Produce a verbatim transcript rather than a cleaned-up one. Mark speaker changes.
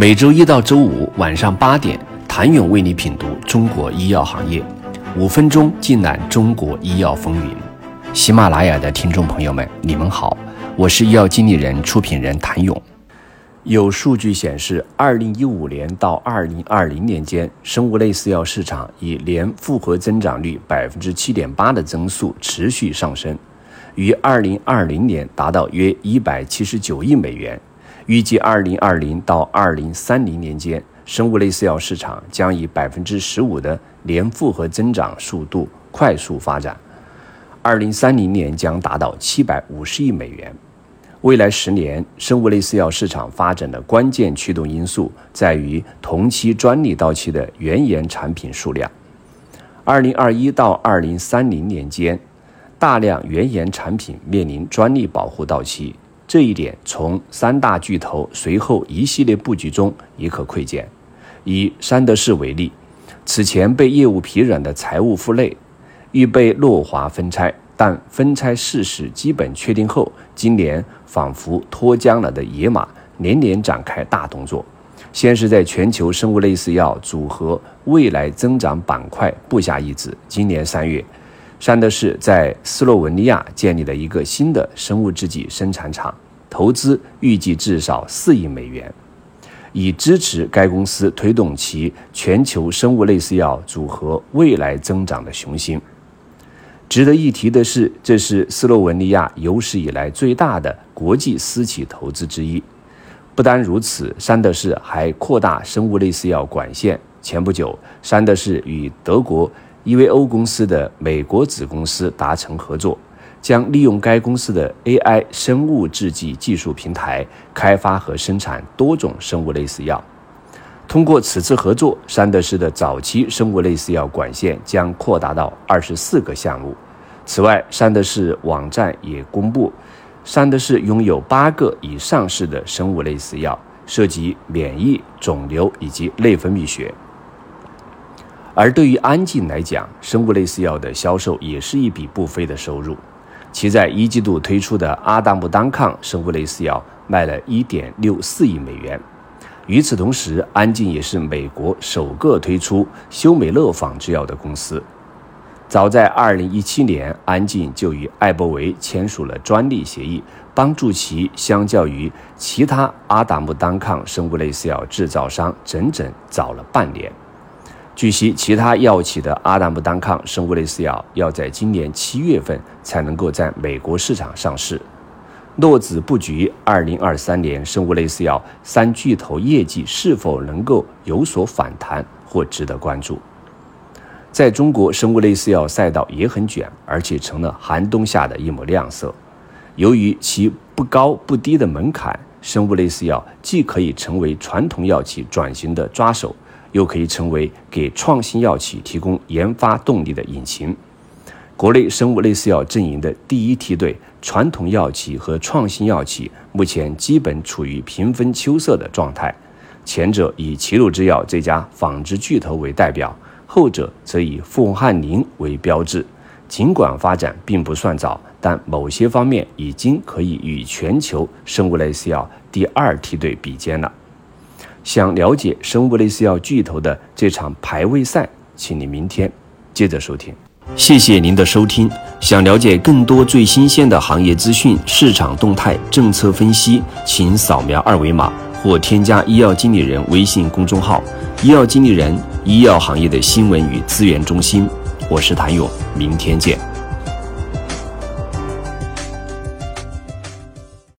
Speaker 1: 每周一到周五晚上八点，谭勇为你品读中国医药行业，五分钟尽览中国医药风云。喜马拉雅的听众朋友们，你们好，我是医药经理人、出品人谭勇。有数据显示，二零一五年到二零二零年间，生物类似药市场以年复合增长率 百分之七点八 的增速持续上升，于二零二零年达到约一百七十九亿美元。预计二零二零到二零三零年间，生物类似药市场将以 百分之十五 的年复合增长速度快速发展，二零三零年将达到七百五十亿美元。未来十年，生物类似药市场发展的关键驱动因素在于同期专利到期的原研产品数量。二零二一到二零三零年间，大量原研产品面临专利保护到期，这一点从三大巨头随后一系列布局中也可窥见。以山德士为例，此前被业务疲软的财务负累，预备诺华分拆，但分拆事实基本确定后，今年仿佛脱缰了的野马连连展开大动作。先是在全球生物类似药组合未来增长板块布下一子，今年三月，山德士在斯洛文尼亚建立了一个新的生物制剂生产厂，投资预计至少四亿美元，以支持该公司推动其全球生物类似药组合未来增长的雄心。值得一提的是，这是斯洛文尼亚有史以来最大的国际私企投资之一。不单如此，山德士还扩大生物类似药管线。前不久，山德士与德国 E V O 公司的美国子公司达成合作，将利用该公司的 A I 生物制剂技术平台开发和生产多种生物类似药。通过此次合作，山德士的早期生物类似药管线将扩大到二十四个项目。此外，山德士网站也公布，山德士拥有八个已上市的生物类似药，涉及免疫、肿瘤以及内分泌学。而对于安进来讲，生物类似药的销售也是一笔不菲的收入。其在一季度推出的阿达姆单抗生物类似药卖了 一点六四亿美元。与此同时，安进也是美国首个推出休美乐仿制药的公司。早在二零一七年，安进就与艾伯维签署了专利协议，帮助其相较于其他阿达姆单抗生物类似药制造商整整早了半年。据悉，其他药企的阿达姆单抗生物类似药要在今年七月份才能够在美国市场上市。诺子布局二零二三年生物类似药三巨头业绩是否能够有所反弹或值得关注。在中国，生物类似药赛道也很卷，而且成了寒冬下的一抹亮色。由于其不高不低的门槛，生物类似药既可以成为传统药企转型的抓手，又可以成为给创新药企提供研发动力的引擎。国内生物类似药阵营的第一梯队，传统药企和创新药企目前基本处于平分秋色的状态，前者以齐鲁制药这家纺织巨头为代表，后者则以富汉宁为标志。尽管发展并不算早，但某些方面已经可以与全球生物类似药第二梯队比肩了。想了解生物类似药巨头的这场排位赛，请你明天接着收听。谢谢您的收听。想了解更多最新鲜的行业资讯、市场动态、政策分析，请扫描二维码或添加医药经理人微信公众号“医药经理人”，医药行业的新闻与资源中心。我是谭勇，明天见。